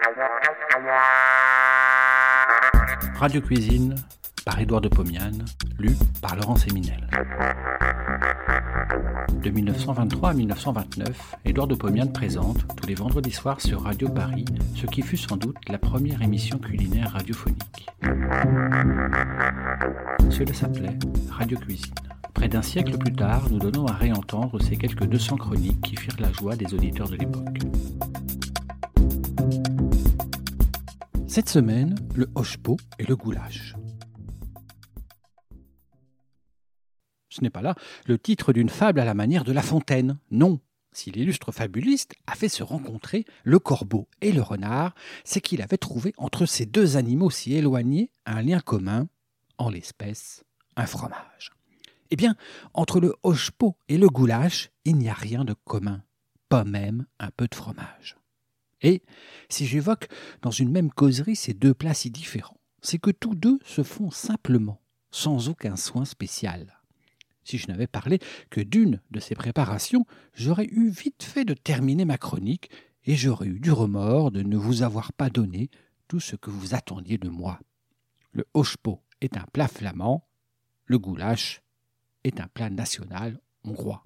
Radio Cuisine par Édouard de Pomian, lu par Laurent Séminel. De 1923 à 1929, Édouard de Pomian présente, tous les vendredis soirs sur Radio Paris, ce qui fut sans doute la première émission culinaire radiophonique. Cela s'appelait Radio Cuisine. Près d'un siècle plus tard, nous donnons à réentendre ces quelques 200 chroniques qui firent la joie des auditeurs de l'époque. Cette semaine, le hoche-pot et le goulash. Ce n'est pas là le titre d'une fable à la manière de La Fontaine, non. Si l'illustre fabuliste a fait se rencontrer le corbeau et le renard, c'est qu'il avait trouvé entre ces deux animaux si éloignés un lien commun, en l'espèce, un fromage. Eh bien, entre le hoche-pot et le goulash, il n'y a rien de commun, pas même un peu de fromage. Et si j'évoque dans une même causerie ces deux plats si différents, c'est que tous deux se font simplement, sans aucun soin spécial. Si je n'avais parlé que d'une de ces préparations, j'aurais eu vite fait de terminer ma chronique et j'aurais eu du remords de ne vous avoir pas donné tout ce que vous attendiez de moi. Le hoche-pot est un plat flamand, le goulash est un plat national hongrois.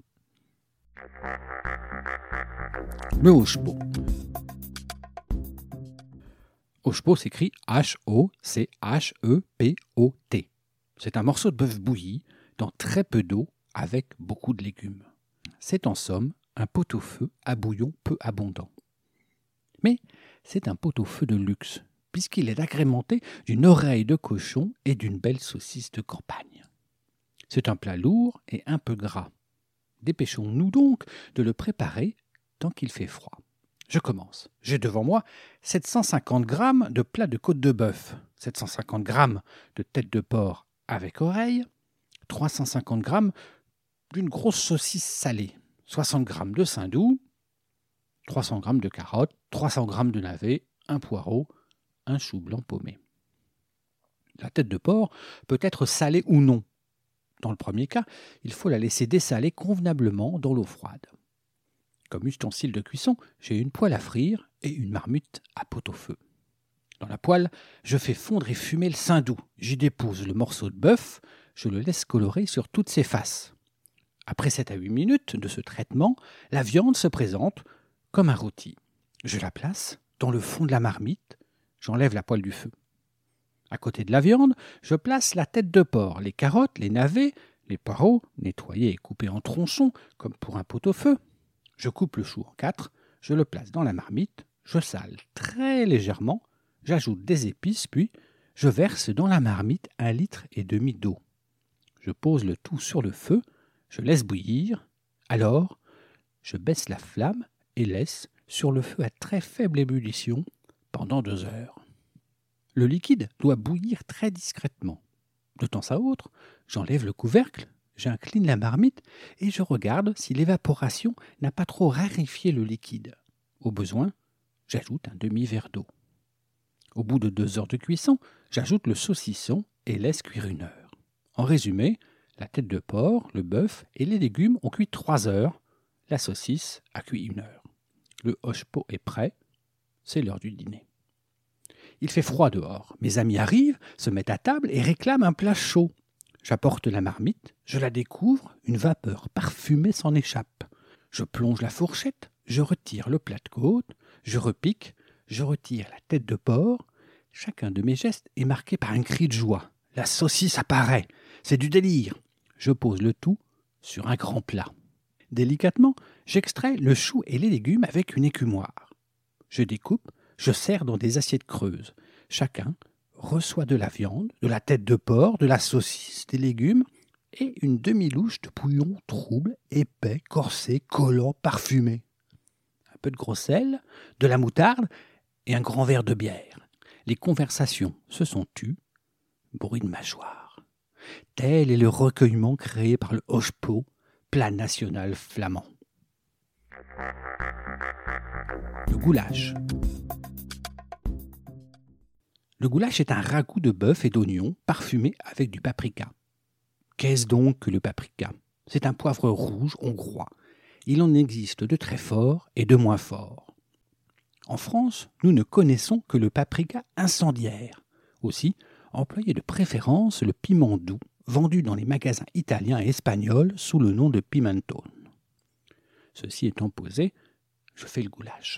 Le hoche-pot. Hoche-pot s'écrit H-O-C-H-E-P-O-T. C'est un morceau de bœuf bouilli dans très peu d'eau avec beaucoup de légumes. C'est en somme un pot-au-feu à bouillon peu abondant. Mais c'est un pot-au-feu de luxe, puisqu'il est agrémenté d'une oreille de cochon et d'une belle saucisse de campagne. C'est un plat lourd et un peu gras. Dépêchons-nous donc de le préparer tant qu'il fait froid. Je commence. J'ai devant moi 750 grammes de plat de côte de bœuf, 750 grammes de tête de porc avec oreille, 350 grammes d'une grosse saucisse salée, 60 grammes de saindoux, 300 grammes de carottes, 300 grammes de navets, un poireau, un chou blanc paumé. La tête de porc peut être salée ou non. Dans le premier cas, il faut la laisser dessaler convenablement dans l'eau froide. Comme ustensile de cuisson, j'ai une poêle à frire et une marmite à pot-au-feu. Dans la poêle, je fais fondre et fumer le saindoux. J'y dépose le morceau de bœuf, je le laisse colorer sur toutes ses faces. Après 7 à 8 minutes de ce traitement, la viande se présente comme un rôti. Je la place dans le fond de la marmite, j'enlève la poêle du feu. À côté de la viande, je place la tête de porc, les carottes, les navets, les poireaux, nettoyés et coupés en tronçons, comme pour un pot-au-feu. Je coupe le chou en 4, je le place dans la marmite, je sale très légèrement, j'ajoute des épices, puis je verse dans la marmite 1,5 litre d'eau. Je pose le tout sur le feu, je laisse bouillir, alors je baisse la flamme et laisse sur le feu à très faible ébullition pendant 2 heures. Le liquide doit bouillir très discrètement. De temps à autre, j'enlève le couvercle, j'incline la marmite et je regarde si l'évaporation n'a pas trop raréfié le liquide. Au besoin, j'ajoute un demi-verre d'eau. Au bout de 2 heures de cuisson, j'ajoute le saucisson et laisse cuire 1 heure. En résumé, la tête de porc, le bœuf et les légumes ont cuit 3 heures, la saucisse a cuit 1 heure. Le hoche-pot est prêt, c'est l'heure du dîner. Il fait froid dehors. Mes amis arrivent, se mettent à table et réclament un plat chaud. J'apporte la marmite, je la découvre, une vapeur parfumée s'en échappe. Je plonge la fourchette, je retire le plat de côte, je repique, je retire la tête de porc. Chacun de mes gestes est marqué par un cri de joie. La saucisse apparaît, c'est du délire. Je pose le tout sur un grand plat. Délicatement, j'extrais le chou et les légumes avec une écumoire. Je découpe, je sers dans des assiettes creuses. Chacun reçoit de la viande, de la tête de porc, de la saucisse, des légumes et une demi-louche de bouillon trouble, épais, corsé, collant, parfumé. Un peu de gros sel, de la moutarde et un grand verre de bière. Les conversations se sont tues, bruit de mâchoire. Tel est le recueillement créé par le hoche-pot, plat national flamand. Le goulash. Le goulash est un ragoût de bœuf et d'oignons parfumé avec du paprika. Qu'est-ce donc que le paprika ? C'est un poivre rouge hongrois. Il en existe de très forts et de moins forts. En France, nous ne connaissons que le paprika incendiaire. Aussi, employez de préférence le piment doux, vendu dans les magasins italiens et espagnols sous le nom de pimentone. Ceci étant posé, je fais le goulash.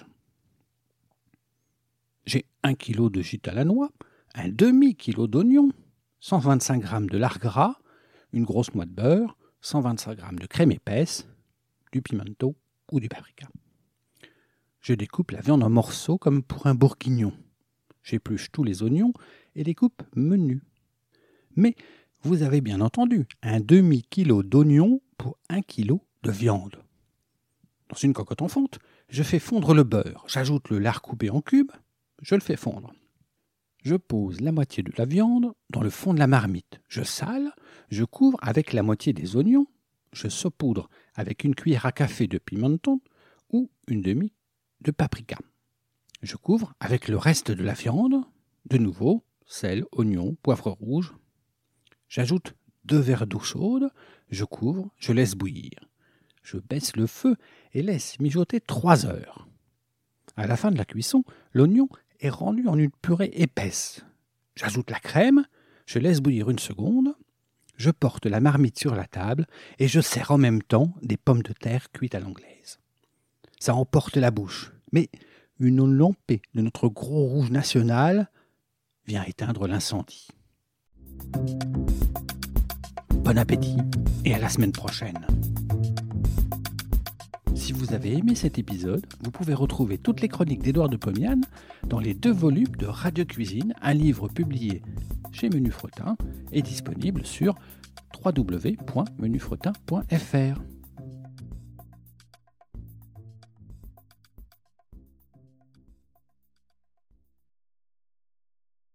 J'ai 1 kg de gîte à la noix, un demi-kilo d'oignons, 125 g de lard gras, une grosse noix de beurre, 125 g de crème épaisse, du pimento ou du paprika. Je découpe la viande en morceaux comme pour un bourguignon. J'épluche tous les oignons et les coupe menus. Mais vous avez bien entendu, un demi-kilo d'oignons pour 1 kilo de viande. Dans une cocotte en fonte, je fais fondre le beurre. J'ajoute le lard coupé en cubes, je le fais fondre. Je pose la moitié de la viande dans le fond de la marmite. Je sale, je couvre avec la moitié des oignons, je saupoudre avec une cuillère à café de pimentone ou une demi de paprika. Je couvre avec le reste de la viande, de nouveau, sel, oignon, poivre rouge. J'ajoute 2 verres d'eau chaude, je couvre, je laisse bouillir. Je baisse le feu et laisse mijoter 3 heures. À la fin de la cuisson, l'oignon est rendu en une purée épaisse. J'ajoute la crème, je laisse bouillir 1 seconde, je porte la marmite sur la table et je sers en même temps des pommes de terre cuites à l'anglaise. Ça emporte la bouche, mais une lampée de notre gros rouge national vient éteindre l'incendie. Bon appétit et à la semaine prochaine. Si vous avez aimé cet épisode, vous pouvez retrouver toutes les chroniques d'Édouard de Pomian dans les 2 volumes de Radio Cuisine, un livre publié chez Menu Fretin et disponible sur www.menufretin.fr.